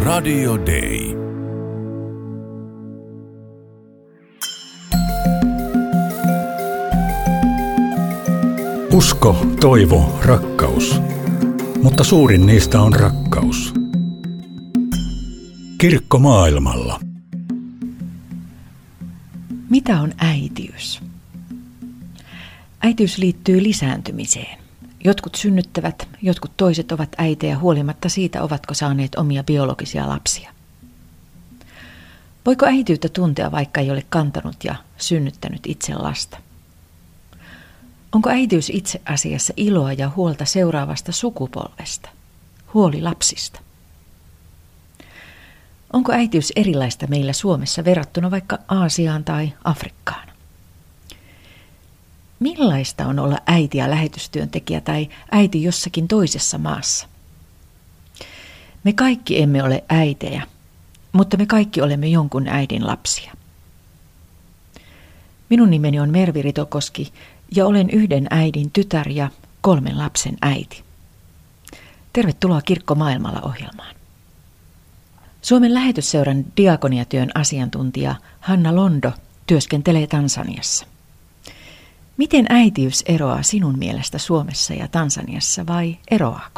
Radio Day. Usko, toivo, rakkaus. Mutta suurin niistä on rakkaus. Kirkko maailmalla. Mitä on äitiys? Äitiys liittyy lisääntymiseen. Jotkut synnyttävät, jotkut toiset ovat äitejä huolimatta siitä, ovatko saaneet omia biologisia lapsia. Voiko äitiyttä tuntea, vaikka ei ole kantanut ja synnyttänyt itse lasta? Onko äitiys itse asiassa iloa ja huolta seuraavasta sukupolvesta? Huoli lapsista? Onko äitiys erilaista meillä Suomessa verrattuna vaikka Aasiaan tai Afrikkaan? Millaista on olla äiti ja lähetystyöntekijä tai äiti jossakin toisessa maassa? Me kaikki emme ole äitejä, mutta me kaikki olemme jonkun äidin lapsia. Minun nimeni on Mervi Ritokoski ja olen yhden äidin tytär ja 3 lapsen äiti. Tervetuloa Kirkko maailmalla -ohjelmaan. Suomen lähetysseuran diakoniatyön asiantuntija Hanna Londo työskentelee Tansaniassa. Miten äitiys eroaa sinun mielestä Suomessa ja Tansaniassa vai eroaako?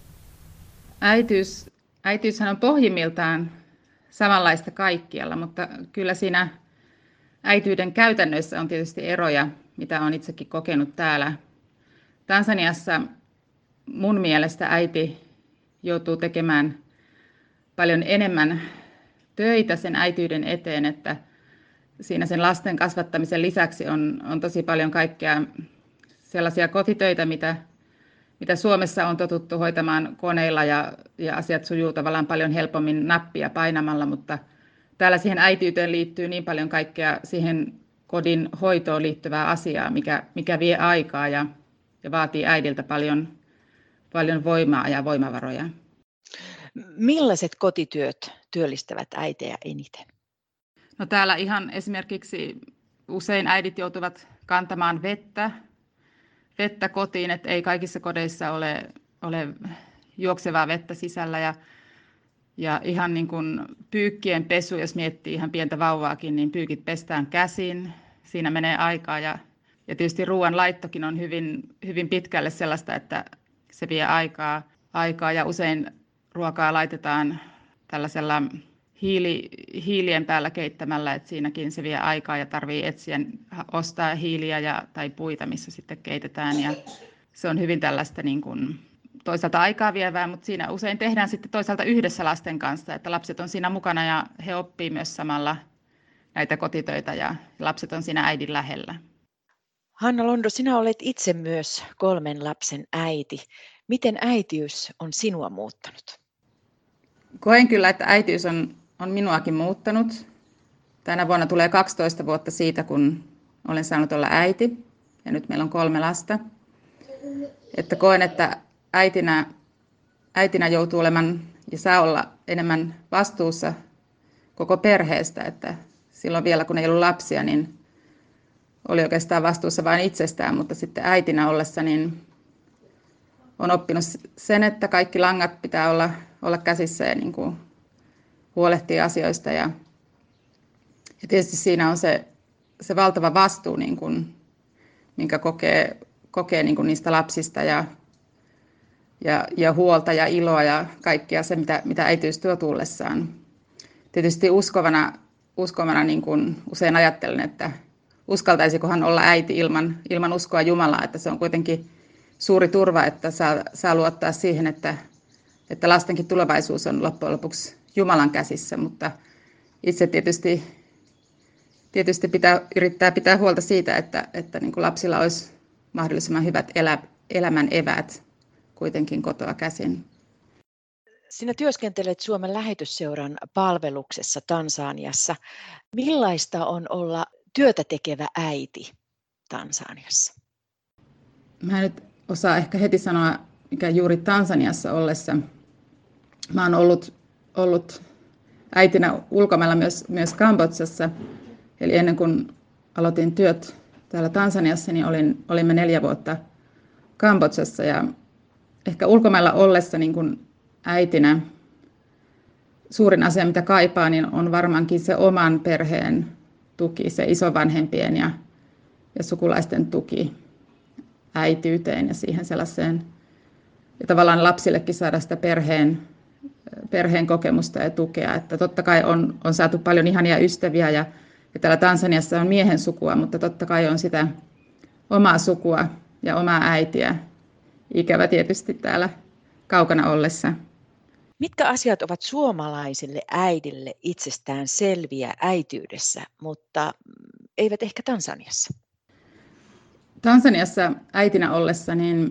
Äitiyshän on pohjimmiltaan samanlaista kaikkialla, mutta kyllä siinä äityyden käytännöissä on tietysti eroja, mitä olen itsekin kokenut täällä. Tansaniassa mun mielestä äiti joutuu tekemään paljon enemmän töitä sen äityyden eteen, että siinä sen lasten kasvattamisen lisäksi on tosi paljon kaikkea sellaisia kotitöitä, mitä Suomessa on totuttu hoitamaan koneilla ja asiat sujuu tavallaan paljon helpommin nappia painamalla, mutta täällä siihen äitiyteen liittyy niin paljon kaikkea siihen kodin hoitoon liittyvää asiaa, mikä vie aikaa ja vaatii äidiltä paljon voimaa ja voimavaroja. Millaiset kotityöt työllistävät äitejä eniten? No täällä ihan esimerkiksi usein äidit joutuvat kantamaan vettä kotiin, että ei kaikissa kodeissa ole juoksevaa vettä sisällä ja ihan niin kuin pyykkien pesu, jos miettii ihan pientä vauvaakin, niin pyykit pestään käsin, siinä menee aikaa ja tietysti ruoan laittokin on hyvin, hyvin pitkälle sellaista, että se vie aikaa ja usein ruokaa laitetaan tällaisella hiilien päällä keittämällä, että siinäkin se vie aikaa ja tarvii ostaa hiiliä tai puita, missä sitten keitetään ja se on hyvin tällaista niin kuin toisaalta aikaa vievää, mutta siinä usein tehdään sitten toisaalta yhdessä lasten kanssa, että lapset on siinä mukana ja he oppii myös samalla näitä kotitöitä ja lapset on siinä äidin lähellä. Hanna Londo, sinä olet itse myös 3 lapsen äiti. Miten äitiys on sinua muuttanut? Koen kyllä, että äitiys on minuakin muuttanut. Tänä vuonna tulee 12 vuotta siitä, kun olen saanut olla äiti ja nyt meillä on 3 lasta. Että koen, että äitinä joutuu olemaan ja saa olla enemmän vastuussa koko perheestä. Että silloin vielä, kun ei ollut lapsia, niin oli oikeastaan vastuussa vain itsestään, mutta sitten äitinä ollessa niin on oppinut sen, että kaikki langat pitää olla käsissä ja niin kuin huolehtia asioista. Ja tietysti siinä on se valtava vastuu, niin kuin, minkä kokee niin kuin niistä lapsista ja huolta ja iloa ja kaikkea se, mitä äitiys tuo tullessaan. Tietysti uskovana niin kuin usein ajattelen, että uskaltaisikohan olla äiti ilman uskoa Jumalaa, että se on kuitenkin suuri turva, että saa luottaa siihen, että lastenkin tulevaisuus on loppujen lopuksi Jumalan käsissä, mutta itse tietysti yrittää pitää huolta siitä, että niin kuin lapsilla olisi mahdollisimman hyvät elämän eväät kuitenkin kotoa käsin. Sinä työskentelet Suomen lähetysseuran palveluksessa Tansaniassa. Millaista on olla työtä tekevä äiti Tansaniassa? Mä en nyt osaa ehkä heti sanoa, mikä juuri Tansaniassa ollessa. Mä oon ollut äitinä ulkomailla myös Kambodsassa. Eli ennen kuin aloitin työt täällä Tansaniassa, niin olimme 4 vuotta Kambodsassa. Ja ehkä ulkomailla ollessa niin kuin äitinä suurin asia, mitä kaipaa, niin on varmaankin se oman perheen tuki, se isovanhempien ja sukulaisten tuki äitiyteen ja siihen sellaiseen, ja tavallaan lapsillekin saada sitä perheen kokemusta ja tukea. Että totta kai on saatu paljon ihania ystäviä ja täällä Tansaniassa on miehen sukua, mutta totta kai on sitä omaa sukua ja omaa äitiä. Ikävä tietysti täällä kaukana ollessa. Mitkä asiat ovat suomalaiselle äidille itsestään selviä äitiydessä, mutta eivät ehkä Tansaniassa? Tansaniassa äitinä ollessa niin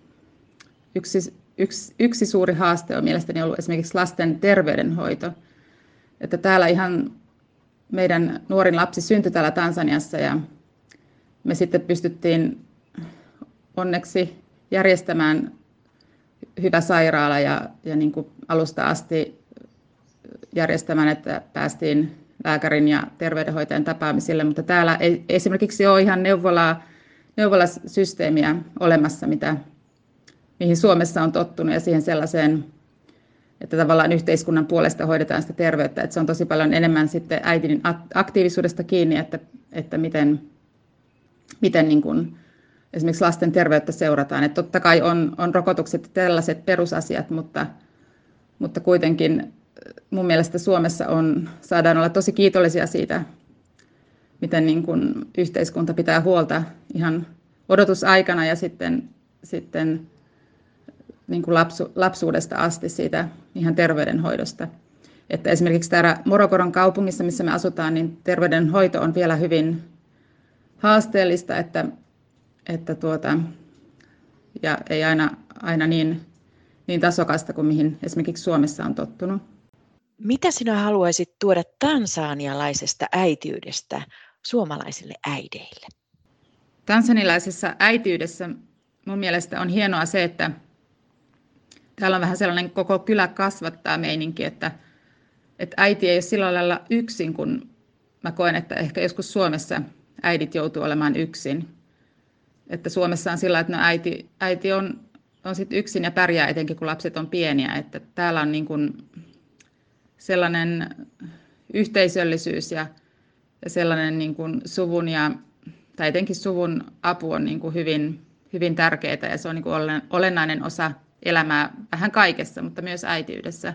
yksi suuri haaste on mielestäni ollut esimerkiksi lasten terveydenhoito. Että täällä ihan meidän nuorin lapsi syntyi täällä Tansaniassa ja me sitten pystyttiin onneksi järjestämään hyvä sairaala ja niin kuin alusta asti järjestämään, että päästiin lääkärin ja terveydenhoitajan tapaamisille, mutta täällä ei esimerkiksi ole ihan neuvolasysteemiä olemassa, mihin Suomessa on tottunut, ja siihen sellaiseen, että tavallaan yhteiskunnan puolesta hoidetaan sitä terveyttä, että se on tosi paljon enemmän sitten äidin aktiivisuudesta kiinni, että miten niin kuin esimerkiksi lasten terveyttä seurataan. Että totta kai on rokotukset ja tällaiset perusasiat, mutta kuitenkin mun mielestä Suomessa saadaan olla tosi kiitollisia siitä, miten niin kuin yhteiskunta pitää huolta ihan odotusaikana ja sitten niin kuin lapsuudesta asti siitä ihan terveydenhoidosta. Että esimerkiksi täällä Morokoron kaupungissa, missä me asutaan, niin terveydenhoito on vielä hyvin haasteellista, ja ei aina niin tasokasta kuin mihin esimerkiksi Suomessa on tottunut. Mitä sinä haluaisit tuoda tansanialaisesta äitiydestä suomalaisille äideille? Tansanialaisessa äitiydessä mun mielestä on hienoa se, että täällä on vähän sellainen koko kylä kasvattaa meininki, että äiti ei ole sillä lailla yksin, kun mä koen, että ehkä joskus Suomessa äidit joutuu olemaan yksin. Että Suomessa on sillä, että äiti on sit yksin ja pärjää etenkin, kun lapset on pieniä. Että täällä on niin kuin sellainen yhteisöllisyys ja sellainen niin kuin tai etenkin suvun apu on niin kuin hyvin, hyvin tärkeää, ja se on niin kuin olennainen osa elämää vähän kaikessa, mutta myös äitiydessä.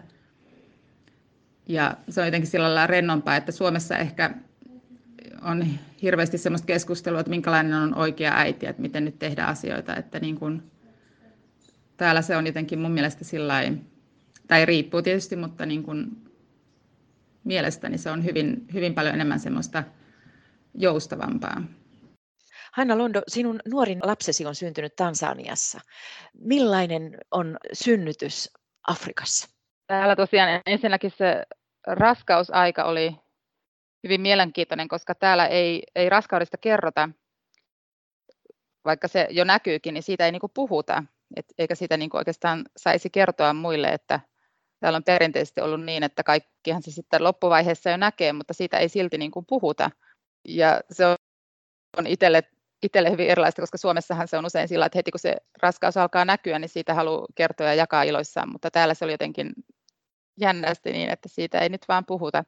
Ja se on jotenkin sillä lailla rennompaa, että Suomessa ehkä on hirveästi sellaista keskustelua, että minkälainen on oikea äiti, että miten nyt tehdään asioita. Että niin kuin, täällä se on jotenkin mun mielestä sillain, tai riippuu tietysti, mutta niin kuin, mielestäni se on hyvin, hyvin paljon enemmän semmoista joustavampaa. Hanna Londo, sinun nuorin lapsesi on syntynyt Tansaniassa. Millainen on synnytys Afrikassa? Täällä tosiaan ensinnäkin se raskausaika oli hyvin mielenkiintoinen, koska täällä ei raskaudesta kerrota, vaikka se jo näkyykin, niin siitä ei niin kuin puhuta, eikä siitä niin kuin oikeastaan saisi kertoa muille, että täällä on perinteisesti ollut niin, että kaikkihan se sitten loppuvaiheessa jo näkee, mutta siitä ei silti niin kuin puhuta. Ja se on itselle hyvin erilaista, koska Suomessahan se on usein sillä, että heti kun se raskaus alkaa näkyä, niin siitä haluaa kertoa ja jakaa iloissaan, mutta täällä se oli jotenkin jännästi niin, että siitä ei nyt vaan puhuta,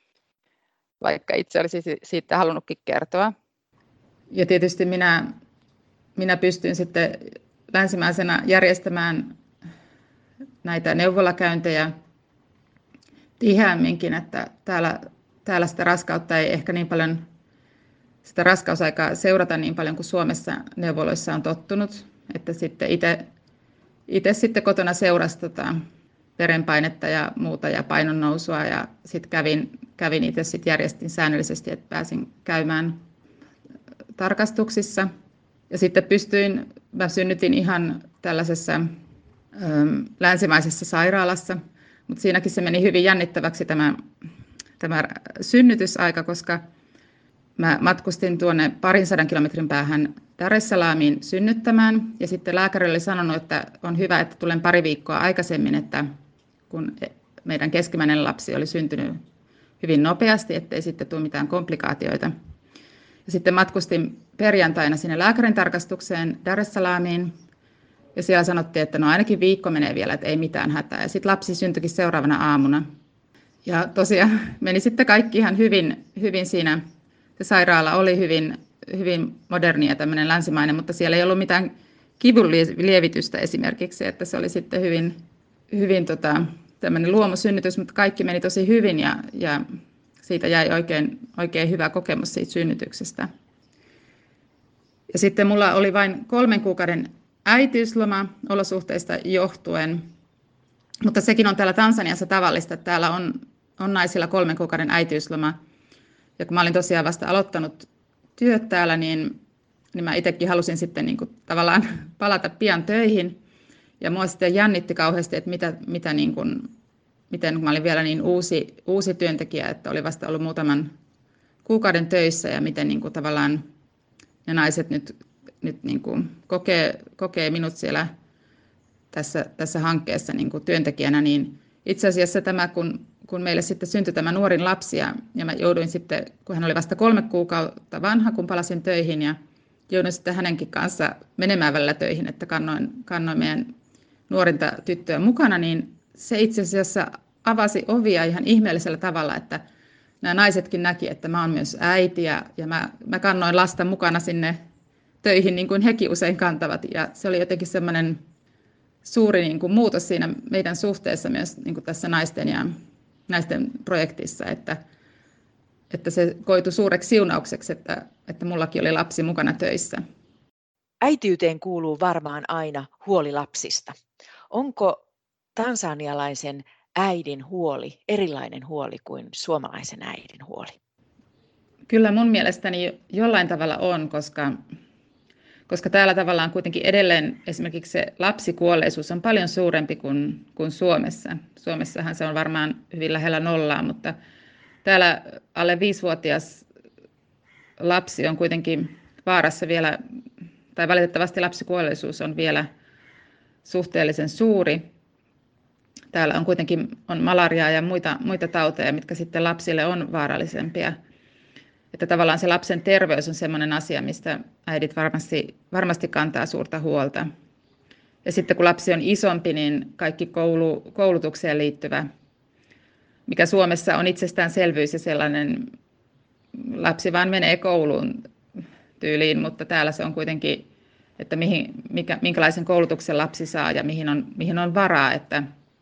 vaikka itse olisi siitä halunnutkin kertoa. Ja tietysti minä pystyn sitten länsimaisena järjestämään näitä neuvolakäyntejä tiheämminkin, että täällä sitä raskautta ei ehkä niin paljon, sitä raskausaikaa seurata niin paljon kuin Suomessa neuvoloissa on tottunut, että sitten itse sitten kotona seurastetaan verenpainetta ja muuta ja painonnousua, ja sitten kävin itse sitten järjestin säännöllisesti, että pääsin käymään tarkastuksissa. Ja sitten mä synnytin ihan tällaisessa länsimaisessa sairaalassa, mutta siinäkin se meni hyvin jännittäväksi tämä synnytysaika, koska mä matkustin tuonne 200 kilometrin päähän Dar es Salaamiin synnyttämään, ja sitten lääkäri oli sanonut, että on hyvä, että tulen pari viikkoa aikaisemmin, että kun meidän keskimmäinen lapsi oli syntynyt hyvin nopeasti, ettei sitten tule mitään komplikaatioita. Ja sitten matkustin perjantaina sinne lääkärin tarkastukseen Dar es Salaamiin, ja siellä sanottiin, että no ainakin viikko menee vielä, että ei mitään hätää. Ja sitten lapsi syntyikin seuraavana aamuna. Ja tosiaan meni sitten kaikki ihan hyvin siinä. Se sairaala oli hyvin moderni ja tämmöinen länsimainen, mutta siellä ei ollut mitään kivun lievitystä esimerkiksi, että se oli sitten hyvin tämmöinen luomusynnytys, mutta kaikki meni tosi hyvin ja siitä jäi oikein hyvä kokemus siitä synnytyksestä. Ja sitten mulla oli vain 3 kuukauden äitiysloma olosuhteista johtuen, mutta sekin on täällä Tansaniassa tavallista, että täällä on naisilla 3 kuukauden äitiysloma. Ja kun mä olin tosiaan vasta aloittanut työt täällä, niin mä itsekin halusin sitten niin kuin tavallaan palata pian töihin. Ja mua sitten jännitti kauheasti, että miten kun mä olin vielä niin uusi työntekijä, että oli vasta ollut muutaman kuukauden töissä ja miten niin kuin tavallaan ne naiset nyt niin kuin kokee minut siellä tässä hankkeessa niin kuin työntekijänä, niin itse asiassa tämä, kun meille sitten syntyi tämä nuorin lapsi ja mä jouduin sitten, kun hän oli vasta 3 kuukautta vanha, kun palasin töihin ja jouduin sitten hänenkin kanssa menemään välillä töihin, että kannoin meidän nuorinta tyttöä mukana, niin se itse asiassa avasi ovia ihan ihmeellisellä tavalla, että nämä naisetkin näki, että mä oon myös äiti ja mä kannoin lasta mukana sinne töihin niin kuin hekin usein kantavat ja se oli jotenkin semmoinen suuri niin kuin muutos siinä meidän suhteessa myös niin kuin tässä naisten projektissa, että se koitui suureksi siunaukseksi, että mullakin oli lapsi mukana töissä. Äitiyteen kuuluu varmaan aina huoli lapsista. Onko tansanialaisen äidin huoli erilainen huoli kuin suomalaisen äidin huoli? Kyllä mun mielestäni jollain tavalla on, koska täällä tavallaan kuitenkin edelleen esimerkiksi se lapsikuolleisuus on paljon suurempi kuin Suomessa. Suomessahan se on varmaan hyvin lähellä nollaa, mutta täällä alle 5-vuotias lapsi on kuitenkin vaarassa vielä, tai valitettavasti lapsikuolleisuus on vielä suhteellisen suuri. Täällä on kuitenkin malariaa ja muita tauteja, mitkä sitten lapsille on vaarallisempia. Että tavallaan se lapsen terveys on sellainen asia, mistä äidit varmasti kantaa suurta huolta. Ja sitten kun lapsi on isompi, niin kaikki koulutukseen liittyvä, mikä Suomessa on itsestäänselvyys ja sellainen lapsi vaan menee kouluun tyyliin, mutta täällä se on kuitenkin, että minkälaisen koulutuksen lapsi saa ja mihin on varaa, että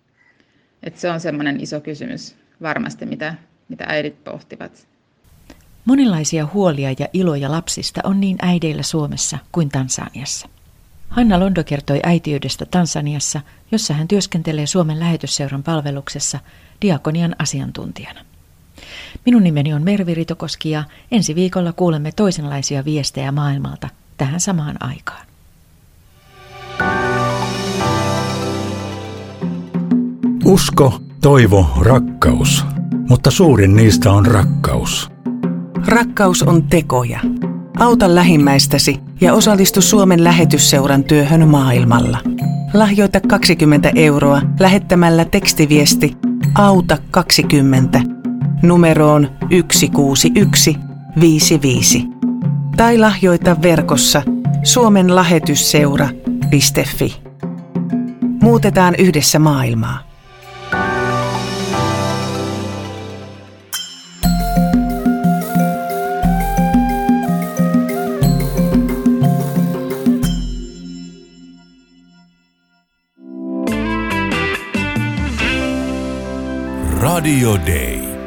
se on sellainen iso kysymys varmasti, mitä äidit pohtivat. Monenlaisia huolia ja iloja lapsista on niin äideillä Suomessa kuin Tansaniassa. Hanna Londo kertoi äitiydestä Tansaniassa, jossa hän työskentelee Suomen Lähetysseuran palveluksessa diakonian asiantuntijana. Minun nimeni on Mervi Ritokoski ja ensi viikolla kuulemme toisenlaisia viestejä maailmalta tähän samaan aikaan. Usko, toivo, rakkaus. Mutta suurin niistä on rakkaus. Rakkaus on tekoja. Auta lähimmäistäsi ja osallistu Suomen Lähetysseuran työhön maailmalla. Lahjoita 20 € lähettämällä tekstiviesti Auta 20 numeroon 16155 tai lahjoita verkossa suomenlähetysseura.fi. Muutetaan yhdessä maailmaa. Radio Day.